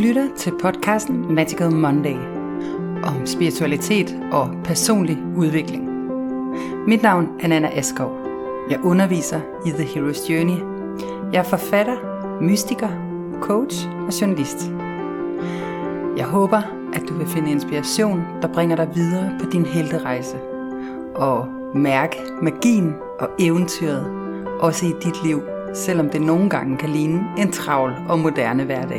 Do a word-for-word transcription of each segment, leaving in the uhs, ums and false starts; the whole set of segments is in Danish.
lytter til podcasten Magical Monday om spiritualitet og personlig udvikling. Mit navn er Nanna Askov. Jeg underviser i The Hero's Journey. Jeg er forfatter, mystiker, coach og journalist. Jeg håber, at du vil finde inspiration, der bringer dig videre på din helterejse og mærke magien og eventyret også i dit liv, selvom det nogle gange kan ligne en travl og moderne hverdag.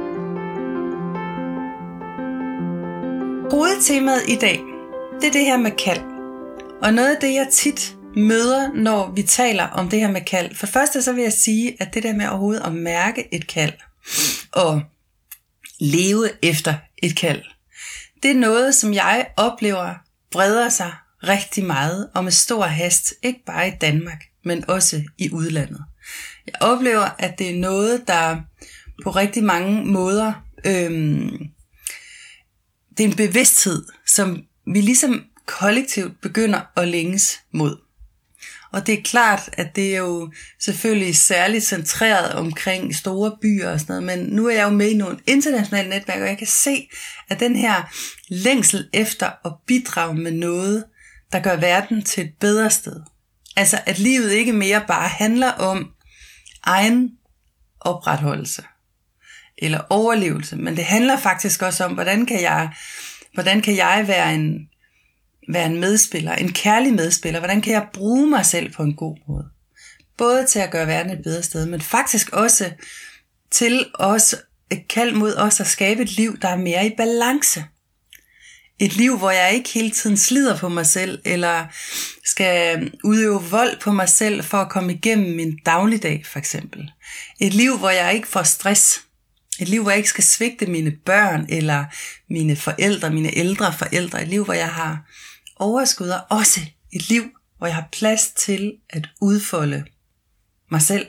Hovedtemaet i dag, det er det her med kald. Og noget af det, jeg tit møder, når vi taler om det her med kald. For det første så vil jeg sige, at det der med overhovedet at mærke et kald og leve efter et kald, det er noget, som jeg oplever breder sig rigtig meget og med stor hast, ikke bare i Danmark, men også i udlandet. Jeg oplever, at det er noget, der på rigtig mange måder, øhm, det er en bevidsthed, som vi ligesom kollektivt begynder at længes mod. Og det er klart, at det er jo selvfølgelig særligt centreret omkring store byer og sådan noget, men nu er jeg jo med i nogle internationale netværk, og jeg kan se, at den her længsel efter at bidrage med noget, der gør verden til et bedre sted. Altså at livet ikke mere bare handler om egen opretholdelse eller overlevelse, men det handler faktisk også om, hvordan kan jeg, hvordan kan jeg være en, være en medspiller, en kærlig medspiller, hvordan kan jeg bruge mig selv på en god måde. Både til at gøre verden et bedre sted, men faktisk også til os, et kald mod os at skabe et liv, der er mere i balance. Et liv, hvor jeg ikke hele tiden slider på mig selv, eller skal udøve vold på mig selv for at komme igennem min dagligdag, for eksempel. Et liv, hvor jeg ikke får stress. Et liv, hvor jeg ikke skal svigte mine børn, eller mine forældre, mine ældre forældre. Et liv, hvor jeg har overskud, og også et liv, hvor jeg har plads til at udfolde mig selv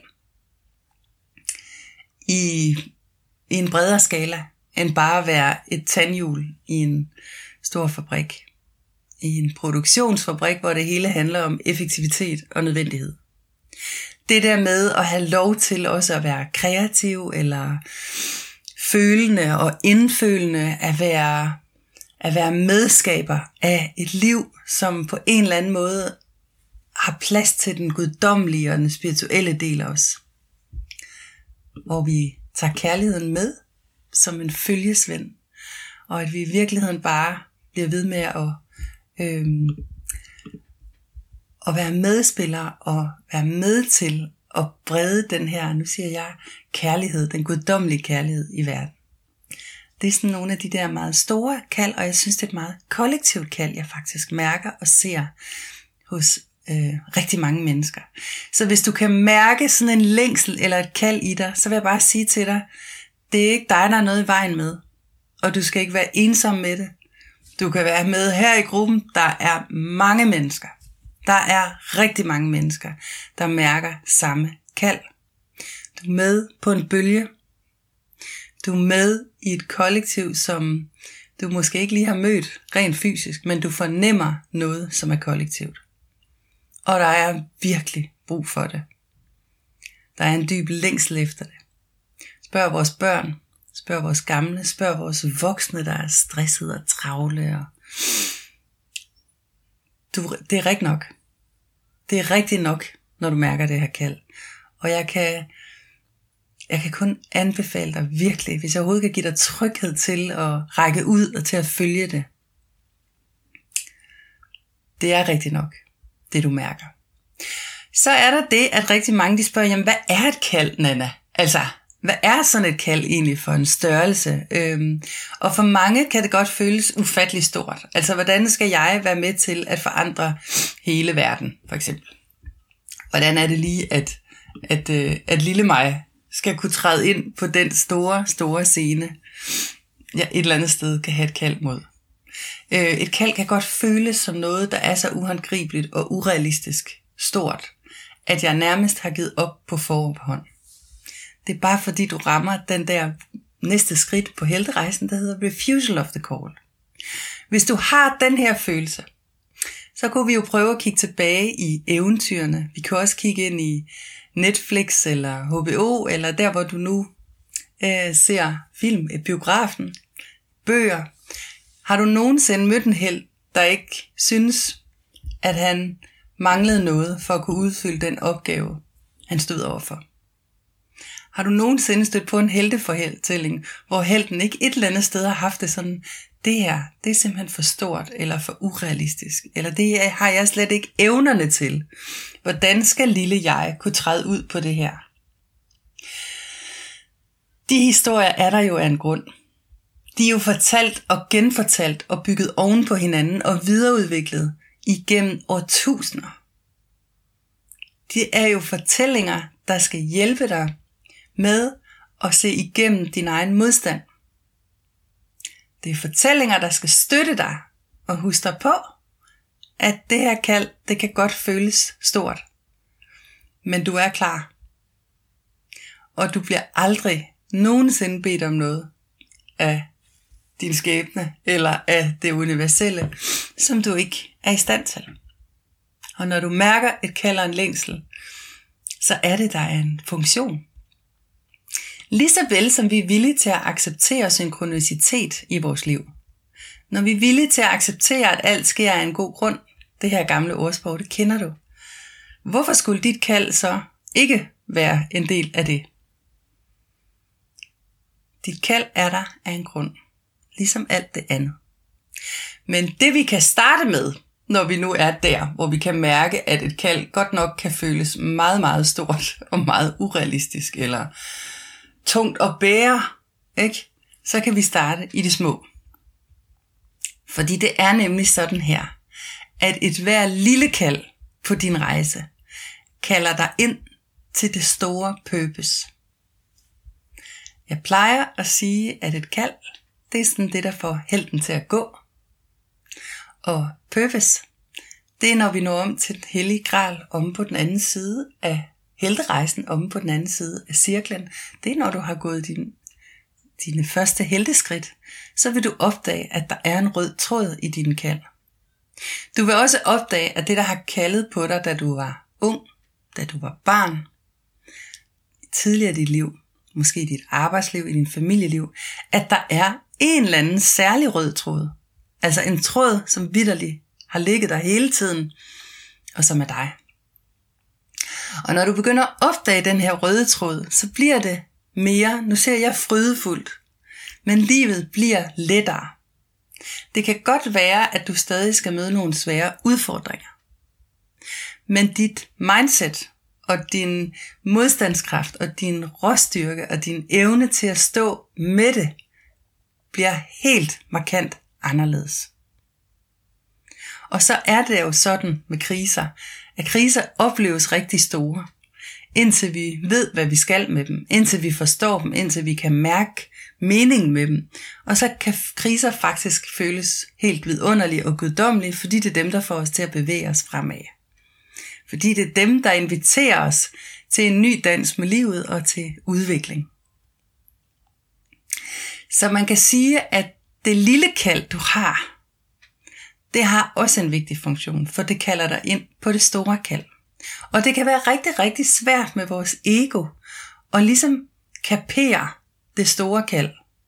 i, i en bredere skala, end bare at være et tandhjul i en stor fabrik, i en produktionsfabrik, hvor det hele handler om effektivitet og nødvendighed. Det der med at have lov til også at være kreativ, eller følende og indfølende, at være, at være medskaber af et liv, som på en eller anden måde har plads til den guddommelige og den spirituelle del af os. Hvor vi tager kærligheden med som en følgesvend, og at vi i virkeligheden bare bliver ved med at, øhm, at være medspillere og være med til at brede den her, nu siger jeg, kærlighed, den guddommelige kærlighed i verden. Det er sådan nogle af de der meget store kald, og jeg synes, det er et meget kollektivt kald, jeg faktisk mærker og ser hos øh, rigtig mange mennesker. Så hvis du kan mærke sådan en længsel eller et kald i dig, så vil jeg bare sige til dig, det er ikke dig, der er noget i vejen med, og du skal ikke være ensom med det. Du kan være med her i gruppen. Der er mange mennesker. Der er rigtig mange mennesker, der mærker samme kald. Du er med på en bølge. Du er med i et kollektiv, som du måske ikke lige har mødt rent fysisk, men du fornemmer noget, som er kollektivt. Og der er virkelig brug for det. Der er en dyb længsel efter det. Spørg vores børn. Spørg vores gamle, spørg vores voksne, der er stressede og travle. Og du, det er rigtigt nok. Det er rigtigt nok, når du mærker det her kald. Og jeg kan, jeg kan kun anbefale dig virkelig, hvis jeg overhovedet kan give dig tryghed til at række ud og til at følge det. Det er rigtigt nok, det du mærker. Så er der det, at rigtig mange de spørger, jamen hvad er et kald, Nanna? Altså, hvad er sådan et kald egentlig for en størrelse? Øhm, og for mange kan det godt føles ufattelig stort. Altså, hvordan skal jeg være med til at forandre hele verden, for eksempel? Hvordan er det lige, at, at, øh, at lille mig skal kunne træde ind på den store, store scene, jeg et eller andet sted kan have et kald mod? Øh, et kald kan godt føles som noget, der er så uhåndgribeligt og urealistisk stort, at jeg nærmest har givet op på forhånd. Det er bare fordi, du rammer den der næste skridt på helterejsen, der hedder refusal of the call. Hvis du har den her følelse, så kunne vi jo prøve at kigge tilbage i eventyrene. Vi kan også kigge ind i Netflix eller H B O, eller der hvor du nu øh, ser film i biografen, bøger. Har du nogensinde mødt en helt, der ikke synes, at han manglede noget for at kunne udfylde den opgave, han stod overfor? Har du nogensinde stødt på en heltefortælling, hvor helten ikke et eller andet sted har haft det sådan, det her, det er simpelthen for stort eller for urealistisk, eller det har jeg slet ikke evnerne til. Hvordan skal lille jeg kunne træde ud på det her? De historier er der jo af en grund. De er jo fortalt og genfortalt og bygget oven på hinanden og videreudviklet igennem årtusinder. Det er jo fortællinger, der skal hjælpe dig med at se igennem din egen modstand. Det er fortællinger, der skal støtte dig og huske dig på, at det her kald, det kan godt føles stort. Men du er klar. Og du bliver aldrig nogensinde bedt om noget af din skæbne eller af det universelle, som du ikke er i stand til. Og når du mærker et kald og en længsel, så er det, der er en funktion. Ligeså vel som vi er villige til at acceptere synkronicitet i vores liv. Når vi er villige til at acceptere, at alt sker af en god grund, det her gamle ordsprog, det kender du. Hvorfor skulle dit kald så ikke være en del af det? Dit kald er der af en grund, ligesom alt det andet. Men det vi kan starte med, når vi nu er der, hvor vi kan mærke, at et kald godt nok kan føles meget, meget stort og meget urealistisk, eller tungt at bære, ikke? Så kan vi starte i det små. Fordi det er nemlig sådan her, at et hver lille kald på din rejse kalder dig ind til det store purpose. Jeg plejer at sige, at et kald, det er sådan det, der får helten til at gå. Og purpose, det er når vi når om til den hellige gral om på den anden side af helterejsen, om på den anden side af cirklen. Det er når du har gået din, dine første helteskridt, så vil du opdage, at der er en rød tråd i din kald. Du vil også opdage, at det, der har kaldet på dig, da du var ung, da du var barn, tidligere i dit liv, måske i dit arbejdsliv, i din familieliv, at der er en eller anden særlig rød tråd. Altså en tråd, som vitterligt har ligget der hele tiden, og som er dig. Og når du begynder at opdage den her røde tråd, så bliver det mere, nu ser jeg frydefuldt, men livet bliver lettere. Det kan godt være, at du stadig skal møde nogle svære udfordringer. Men dit mindset og din modstandskraft og din råstyrke og din evne til at stå med det, bliver helt markant anderledes. Og så er det jo sådan med kriser, at kriser opleves rigtig store, indtil vi ved, hvad vi skal med dem, indtil vi forstår dem, indtil vi kan mærke meningen med dem. Og så kan kriser faktisk føles helt vidunderlige og guddommelige, fordi det er dem, der får os til at bevæge os fremad. Fordi det er dem, der inviterer os til en ny dans med livet og til udvikling. Så man kan sige, at det lille kald, du har, det har også en vigtig funktion, for det kalder dig ind på det store kald. Og det kan være rigtig, rigtig svært med vores ego at ligesom kapere det store kald.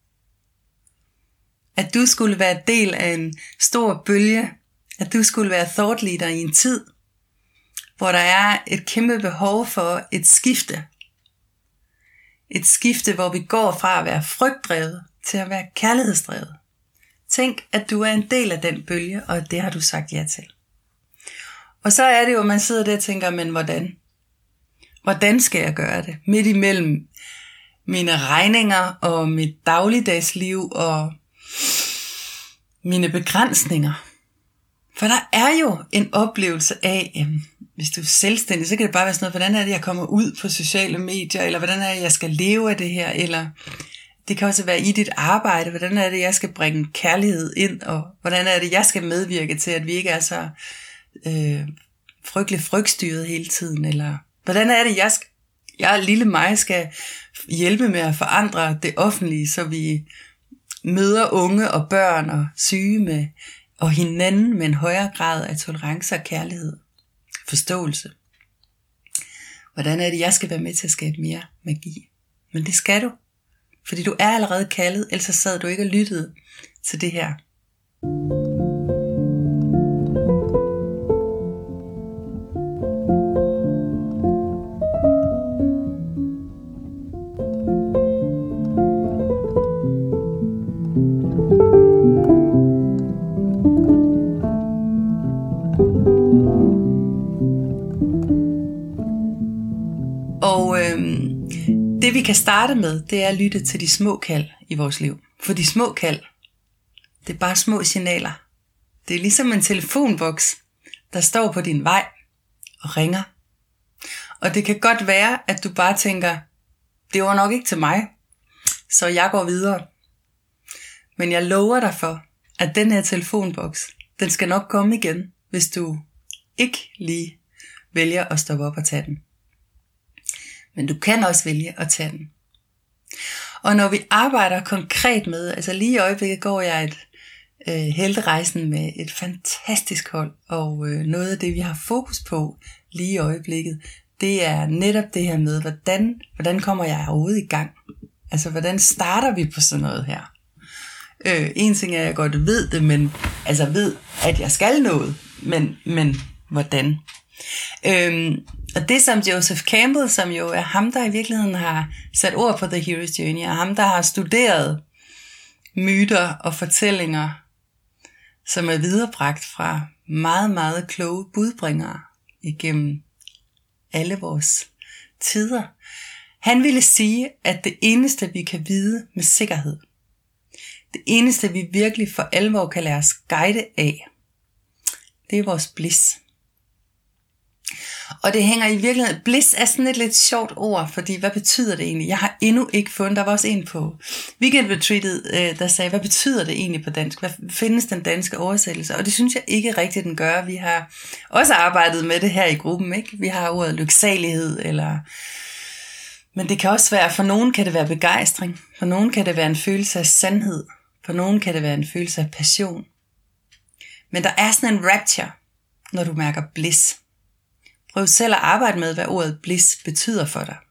At du skulle være del af en stor bølge, at du skulle være thought leader i en tid, hvor der er et kæmpe behov for et skifte. Et skifte, hvor vi går fra at være frygtdrevet til at være kærlighedsdrevet. Tænk, at du er en del af den bølge, og det har du sagt ja til. Og så er det jo, at man sidder der og tænker, men hvordan? Hvordan skal jeg gøre det? Midt imellem mine regninger og mit dagligdagsliv og mine begrænsninger. For der er jo en oplevelse af, jamen, hvis du er selvstændig, så kan det bare være sådan noget, hvordan er det, jeg kommer ud på sociale medier, eller hvordan er det, jeg skal leve af det her, eller det kan også være i dit arbejde, hvordan er det, jeg skal bringe kærlighed ind, og hvordan er det, jeg skal medvirke til, at vi ikke er så øh, frygtelig frygtstyret hele tiden, eller hvordan er det, jeg, skal, jeg lille mig skal hjælpe med at forandre det offentlige, så vi møder unge og børn og syge med, og hinanden med en højere grad af tolerance og kærlighed, forståelse. Hvordan er det, jeg skal være med til at skabe mere magi? Men det skal du, Fordi du er allerede kaldet, ellers sad du ikke og lyttede til det her. Og øhm, det vi kan starte med, det er at lytte til de små kald i vores liv. For de små kald, det er bare små signaler. Det er ligesom en telefonboks, der står på din vej og ringer. Og det kan godt være, at du bare tænker, det var nok ikke til mig, så jeg går videre. Men jeg lover dig for, at den her telefonboks, den skal nok komme igen, hvis du ikke lige vælger at stoppe op og tage den. Men du kan også vælge at tage den. Og når vi arbejder konkret med, altså lige i øjeblikket går jeg et øh, helterejsen med et fantastisk hold, og øh, noget af det vi har fokus på lige i øjeblikket, det er netop det her med, hvordan, hvordan kommer jeg overhovedet i gang? Altså hvordan starter vi på sådan noget her? Øh, en ting er, at jeg godt ved det, men altså ved, at jeg skal noget, men, men hvordan? Øhm, og det som Joseph Campbell, som jo er ham, der i virkeligheden har sat ord på The Hero's Journey, og ham, der har studeret myter og fortællinger, som er viderebragt fra meget, meget kloge budbringere igennem alle vores tider. Han ville sige, at det eneste, vi kan vide med sikkerhed, det eneste, vi virkelig for alvor kan lade os guide af, det er vores bliss. Og det hænger i virkeligheden, bliss er sådan et lidt sjovt ord, fordi hvad betyder det egentlig? Jeg har endnu ikke fundet, der var også en på weekendretreatet, der sagde, hvad betyder det egentlig på dansk? Hvad findes den danske oversættelse? Og det synes jeg ikke rigtigt, den gør. Vi har også arbejdet med det her i gruppen, ikke? Vi har ordet lyksalighed, eller... Men det kan også være, for nogen kan det være begejstring, for nogen kan det være en følelse af sandhed, for nogen kan det være en følelse af passion. Men der er sådan en rapture, når du mærker bliss. Prøv selv at arbejde med, hvad ordet bliss betyder for dig.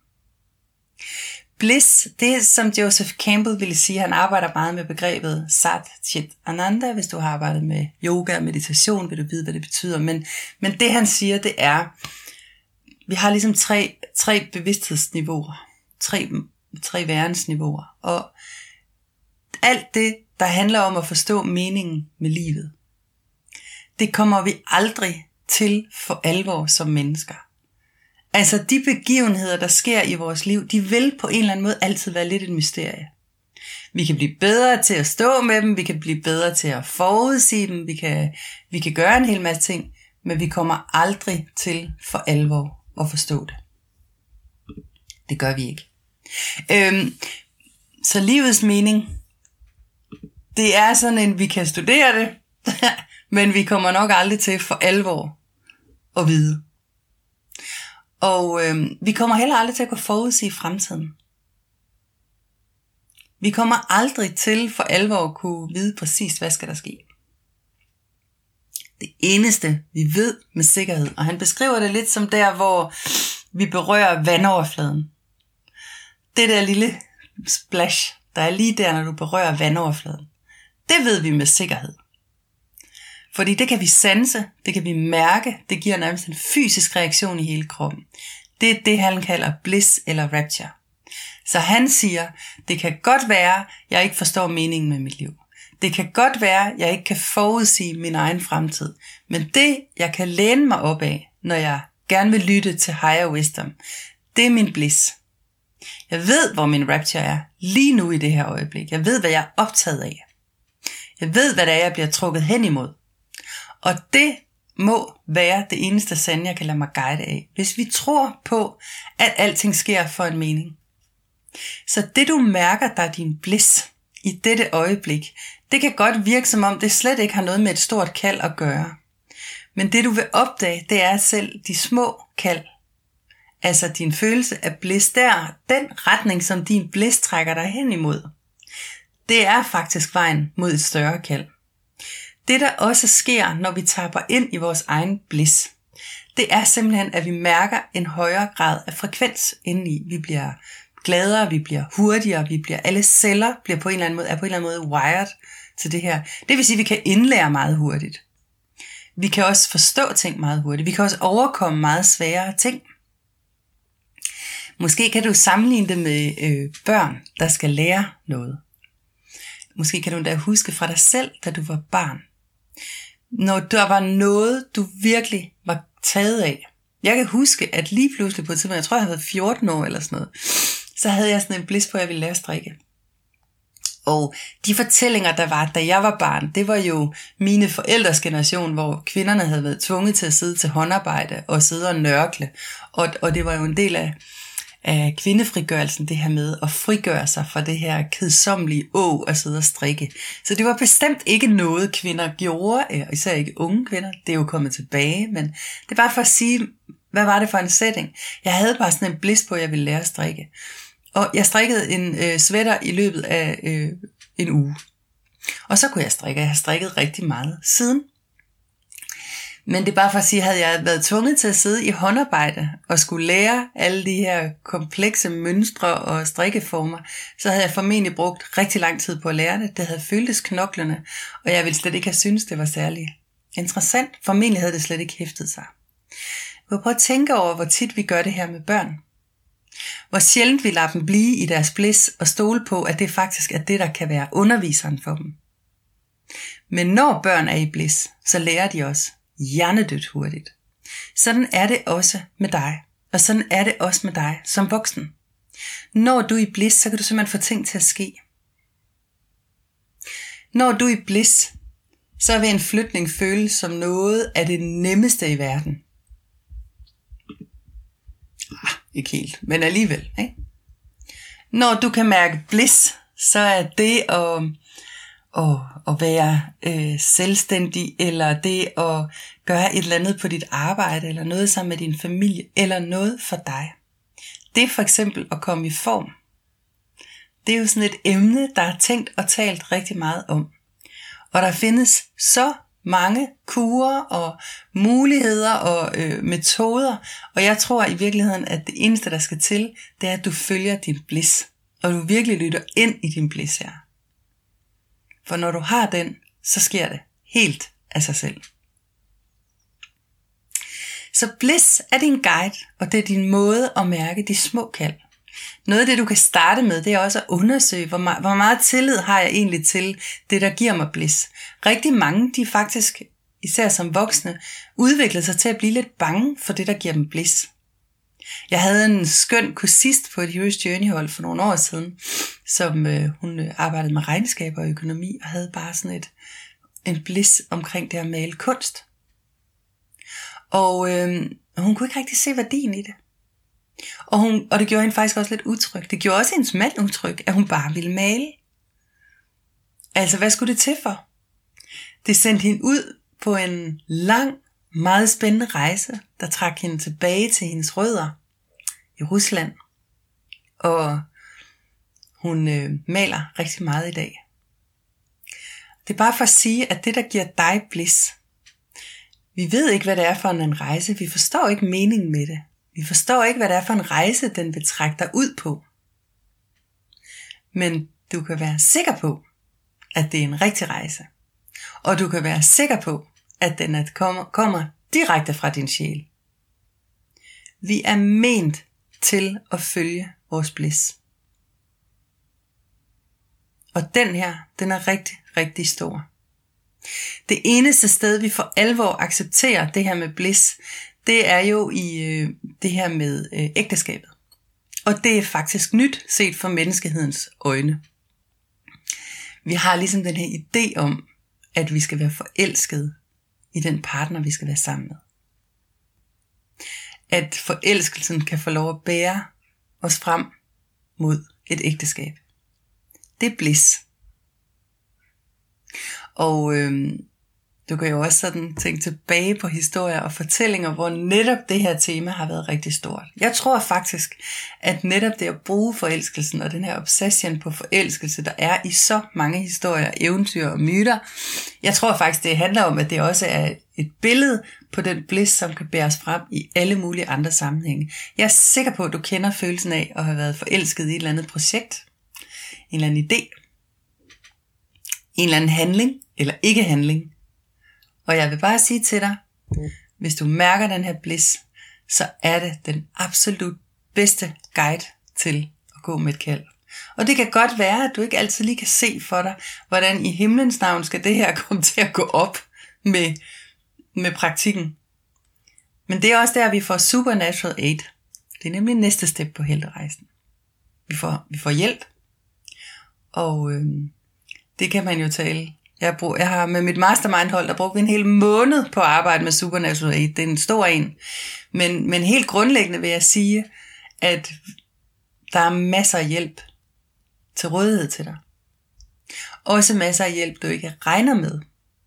Bliss, det er som Joseph Campbell ville sige, han arbejder meget med begrebet Sat Chit Ananda. Hvis du har arbejdet med yoga og meditation, vil du vide, hvad det betyder. Men, men det han siger, det er, vi har ligesom tre, tre bevidsthedsniveauer, tre, tre værensniveauer. Og alt det, der handler om at forstå meningen med livet, det kommer vi aldrig til for alvor som mennesker. Altså de begivenheder, der sker i vores liv, de vil på en eller anden måde altid være lidt et mysterie. Vi kan blive bedre til at stå med dem, vi kan blive bedre til at forudsige dem, vi kan, vi kan gøre en hel masse ting, men vi kommer aldrig til for alvor at forstå det. Det gør vi ikke. Øhm, så livets mening, det er sådan en, vi kan studere det, men vi kommer nok aldrig til for alvor at vide. Og øh, vi kommer heller aldrig til at kunne forudsige fremtiden. Vi kommer aldrig til for alvor at kunne vide præcis, hvad skal der ske. Det eneste, vi ved med sikkerhed, og han beskriver det lidt som der, hvor vi berører vandoverfladen. Det der lille splash, der er lige der, når du berører vandoverfladen. Det ved vi med sikkerhed. Fordi det kan vi sanse, det kan vi mærke, det giver nærmest en fysisk reaktion i hele kroppen. Det er det, han kalder bliss eller rapture. Så han siger, det kan godt være, jeg ikke forstår meningen med mit liv. Det kan godt være, jeg ikke kan forudsige min egen fremtid. Men det, jeg kan læne mig op af, når jeg gerne vil lytte til higher wisdom, det er min bliss. Jeg ved, hvor min rapture er lige nu i det her øjeblik. Jeg ved, hvad jeg er optaget af. Jeg ved, hvad det er, jeg bliver trukket hen imod. Og det må være det eneste sande, jeg kan lade mig guide af. Hvis vi tror på, at alting sker for en mening. Så det du mærker, der er din bliss i dette øjeblik, det kan godt virke som om, det slet ikke har noget med et stort kald at gøre. Men det du vil opdage, det er selv de små kald. Altså din følelse af bliss, der den retning, som din bliss trækker dig hen imod. Det er faktisk vejen mod et større kald. Det der også sker, når vi tapper ind i vores egen bliss, det er simpelthen, at vi mærker en højere grad af frekvens indeni. Vi bliver gladere, vi bliver hurtigere, vi bliver, alle celler bliver på en eller anden måde, er på en eller anden måde wired til det her. Det vil sige, at vi kan indlære meget hurtigt. Vi kan også forstå ting meget hurtigt. Vi kan også overkomme meget sværere ting. Måske kan du sammenligne det med øh, børn, der skal lære noget. Måske kan du da huske fra dig selv, da du var barn. Når der var noget, du virkelig var taget af. Jeg kan huske, at lige pludselig på et tidspunkt, jeg tror, jeg havde været fjorten år eller sådan noget, så havde jeg sådan en bliss på, at jeg ville lære at strikke. Og de fortællinger, der var, da jeg var barn, det var jo mine forældres generation, hvor kvinderne havde været tvunget til at sidde til håndarbejde og sidde og nørkle. Og, og det var jo en del af, af kvindefrigørelsen, det her med at frigøre sig fra det her kedsommelige å at sidde og strikke. Så det var bestemt ikke noget, kvinder gjorde, især ikke unge kvinder. Det er jo kommet tilbage, men det er bare for at sige, hvad var det for en setting? Jeg havde bare sådan en bliss på, at jeg ville lære at strikke. Og jeg strikkede en øh, sweater i løbet af øh, en uge. Og så kunne jeg strikke, jeg har strikket rigtig meget siden. Men det er bare for at sige, havde jeg været tvunget til at sidde i håndarbejde og skulle lære alle de her komplekse mønstre og strikkeformer, så havde jeg formentlig brugt rigtig lang tid på at lære det. Det havde føltes knoklerne, og jeg ville slet ikke have syntes, det var særlig interessant. Formentlig havde det slet ikke hæftet sig. Vi prøve at tænke over, hvor tit vi gør det her med børn. Hvor sjældent vi lader dem blive i deres bliss og stole på, at det faktisk er det, der kan være underviseren for dem. Men når børn er i bliss, så lærer de også hjernedødt hurtigt. Sådan er det også med dig, og sådan er det også med dig som voksen. Når du er i bliss, så kan du simpelthen få ting til at ske. Når du er i bliss, så vil en flytning føles som noget af det nemmeste i verden. Ah, ikke helt, men alligevel. Ikke? Når du kan mærke bliss, så er det at, at, at være øh, selvstændig, eller det at gøre et eller andet på dit arbejde, eller noget sammen med din familie, eller noget for dig. Det er for eksempel at komme i form. Det er jo sådan et emne, der er tænkt og talt rigtig meget om. Og der findes så mange kurer og muligheder og øh, metoder, og jeg tror i virkeligheden, at det eneste, der skal til, det er, at du følger din bliss, og du virkelig lytter ind i din bliss her. For når du har den, så sker det helt af sig selv. Så bliss er din guide, og det er din måde at mærke de små kald. Noget af det, du kan starte med, det er også at undersøge, hvor meget, hvor meget tillid har jeg egentlig til det, der giver mig bliss. Rigtig mange, de faktisk, især som voksne, udviklede sig til at blive lidt bange for det, der giver dem bliss. Jeg havde en skøn kursist på et Hero's Journey-hold for nogle år siden, som øh, hun arbejdede med regnskaber og økonomi, og havde bare sådan et, en bliss omkring det at male kunst. Og øh, hun kunne ikke rigtig se værdien i det. Og, hun, og det gjorde hende faktisk også lidt utryg. Det gjorde også hendes mand utryg, at hun bare ville male. Altså, hvad skulle det til for? Det sendte hende ud på en lang, meget spændende rejse, der trak hende tilbage til hendes rødder i Rusland. Og hun øh, maler rigtig meget i dag. Det er bare for at sige, at det, der giver dig bliss, vi ved ikke, hvad det er for en rejse. Vi forstår ikke meningen med det. Vi forstår ikke, hvad det er for en rejse, den vil trække dig ud på. Men du kan være sikker på, at det er en rigtig rejse. Og du kan være sikker på, at den at kommer, kommer direkte fra din sjæl. Vi er ment til at følge vores bliss. Og den her, den er rigtig, rigtig stor. Det eneste sted, vi for alvor accepterer det her med bliss, det er jo i øh, det her med øh, ægteskabet. Og det er faktisk nyt set fra menneskehedens øjne. Vi har ligesom den her idé om, at vi skal være forelskede i den partner, vi skal være sammen med. At forelskelsen kan få lov at bære os frem mod et ægteskab. Det er bliss. Og øh, du kan jo også sådan tænke tilbage på historier og fortællinger, hvor netop det her tema har været rigtig stort. Jeg tror faktisk, at netop det at bruge forelskelsen og den her obsession på forelskelse, der er i så mange historier, eventyr og myter, jeg tror faktisk, det handler om, at det også er et billede på den bliss, som kan bæres frem i alle mulige andre sammenhænge. Jeg er sikker på, at du kender følelsen af at have været forelsket i et eller andet projekt, en eller anden idé, en eller anden handling, eller ikke handling. Og jeg vil bare sige til dig, hvis du mærker den her bliss, så er det den absolut bedste guide til at gå med et kald. Og det kan godt være, at du ikke altid lige kan se for dig, hvordan i himlens navn skal det her komme til at gå op med, med praktikken. Men det er også der, vi får supernatural aid. Det er nemlig næste step på helterejsen. Vi får, vi får hjælp. Og øh, det kan man jo tale. Jeg, brug, jeg har med mit mastermind-hold, der brugte vi en hel måned på at arbejde med supernatural aid. Det er en stor en. Men, men helt grundlæggende vil jeg sige, at der er masser af hjælp til rådighed til dig. Også masser af hjælp, du ikke regner med.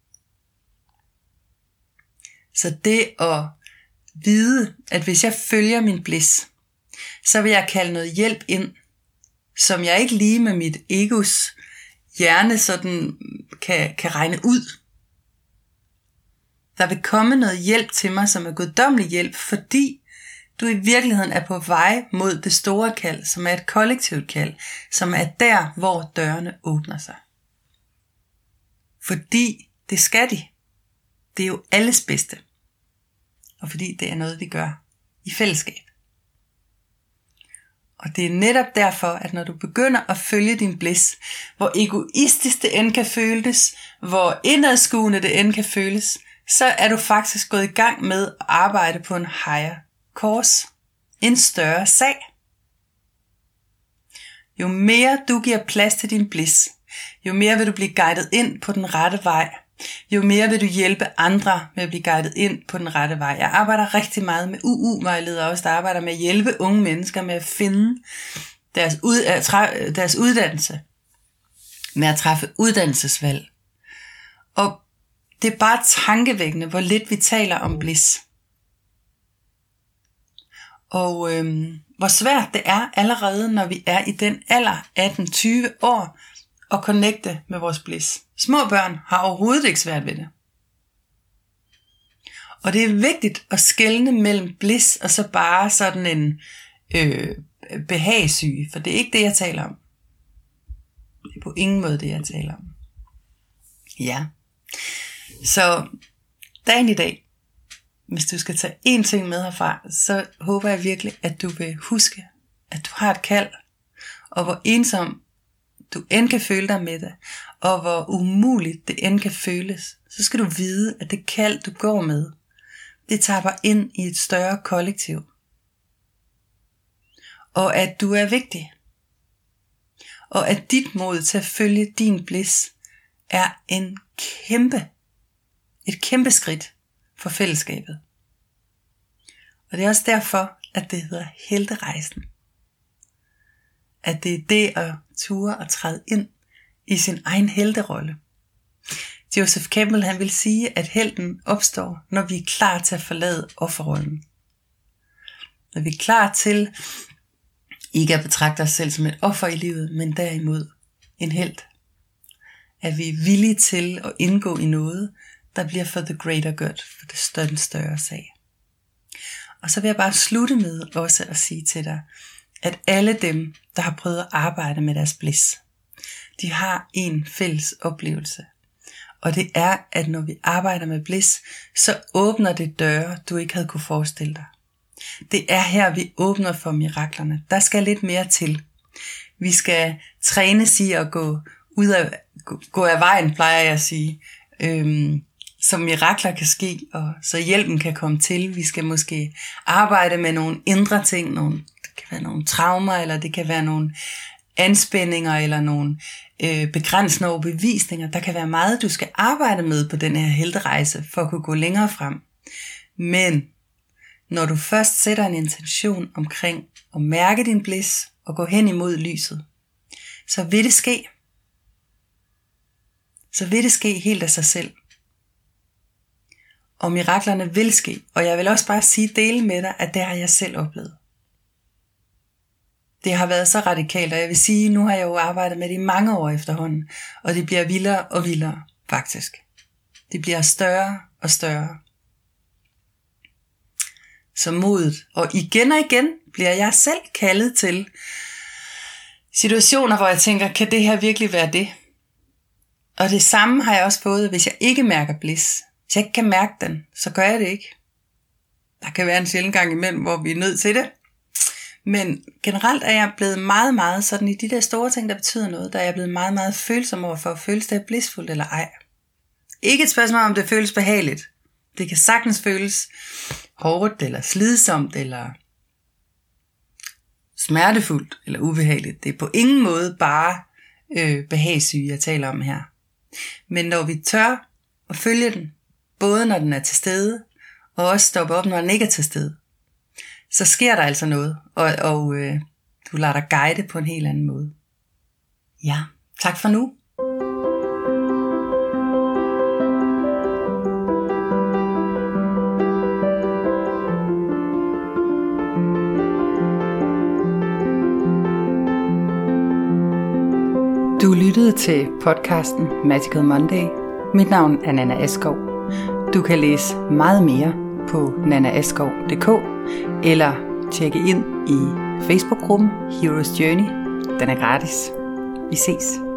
Så det at vide, at hvis jeg følger min bliss, så vil jeg kalde noget hjælp ind, som jeg ikke lige med mit egos hjerne sådan kan, kan regne ud. Der vil komme noget hjælp til mig, som er guddommelig hjælp, fordi du i virkeligheden er på vej mod det store kald, som er et kollektivt kald, som er der, hvor dørene åbner sig. Fordi det skal de. Det er jo alles bedste. Og fordi det er noget, vi gør i fællesskab. Og det er netop derfor, at når du begynder at følge din bliss, hvor egoistisk det end kan føles, hvor indadskuende det end kan føles, så er du faktisk gået i gang med at arbejde på en higher course, en større sag. Jo mere du giver plads til din bliss, jo mere vil du blive guidet ind på den rette vej, jo mere vil du hjælpe andre med at blive guidet ind på den rette vej. Jeg arbejder rigtig meget med U U-vejledere også, der arbejder med at hjælpe unge mennesker med at finde deres, ud, at træ, deres uddannelse, med at træffe uddannelsesvalg. Og det er bare tankevækkende, hvor lidt vi taler om bliss. Og øhm, hvor svært det er allerede, når vi er i den alder, atten til tyve år, at connecte med vores bliss. Små børn har overhovedet ikke svært ved det. Og det er vigtigt at skelne mellem bliss og så bare sådan en øh, behagssyge, for det er ikke det, jeg taler om. Det er på ingen måde det, jeg taler om. Ja. Så dagen i dag, hvis du skal tage én ting med herfra, så håber jeg virkelig, at du vil huske, at du har et kald, og hvor ensom du end kan føle dig med det, og hvor umuligt det end kan føles, så skal du vide, at det kald, du går med, det tapper ind i et større kollektiv. Og at du er vigtig. Og at dit mod til at følge din bliss er en kæmpe, et kæmpe skridt for fællesskabet. Og det er også derfor, at det hedder helterejsen. At det er det at ture og træde ind i sin egen helterolle. Joseph Campbell, han vil sige, at helten opstår, når vi er klar til at forlade offerrollen. Når vi er klar til ikke at betragte os selv som et offer i livet, men derimod en helt. At vi er villige til at indgå i noget, der bliver for the greater good, for det større, større sag. Og så vil jeg bare slutte med også at sige til dig, at alle dem, der har prøvet at arbejde med deres bliss, de har en fælles oplevelse. Og det er, at når vi arbejder med bliss, så åbner det døre, du ikke havde kunne forestille dig. Det er her, vi åbner for miraklerne. Der skal lidt mere til. Vi skal trænes i at gå ud af, gå af vejen, plejer jeg at sige. Øhm, så mirakler kan ske, og så hjælpen kan komme til. Vi skal måske arbejde med nogle indre ting, nogle, det kan være nogle traumer, eller det kan være nogle anspændinger, eller nogle øh, begrænsende overbevisninger. Der kan være meget, du skal arbejde med på den her helterejse, for at kunne gå længere frem. Men når du først sætter en intention omkring at mærke din bliss, og gå hen imod lyset, så vil det ske. Så vil det ske helt af sig selv. Og miraklerne vil ske. Og jeg vil også bare sige, dele med dig, at det har jeg selv oplevet. Det har været så radikalt, og jeg vil sige, nu har jeg jo arbejdet med det i mange år efterhånden. Og det bliver vildere og vildere, faktisk. Det bliver større og større. Så modet. Og igen og igen bliver jeg selv kaldet til situationer, hvor jeg tænker, kan det her virkelig være det? Og det samme har jeg også fået, hvis jeg ikke mærker bliss. Hvis jeg ikke kan mærke den, så gør jeg det ikke. Der kan være en sjælden gang imellem, hvor vi er nødt til det. Men generelt er jeg blevet meget, meget sådan i de der store ting, der betyder noget, der er jeg blevet meget, meget følsom over for, føles det blissfuldt eller ej. Ikke et spørgsmål om det føles behageligt. Det kan sagtens føles hårdt, eller slidsomt, eller smertefuldt, eller ubehageligt. Det er på ingen måde bare øh, behagssyge, jeg taler om her. Men når vi tør at følge den, både når den er til stede, og også stoppe op, når den ikke er til stede, så sker der altså noget, og, og øh, du lader dig guide på en helt anden måde. Ja, tak for nu. Du lyttede til podcasten Magical Monday. Mit navn er Nanna Askov. Du kan læse meget mere på nanna askov punktum d k eller tjekke ind i Facebook-gruppen Heroes Journey. Den er gratis. Vi ses.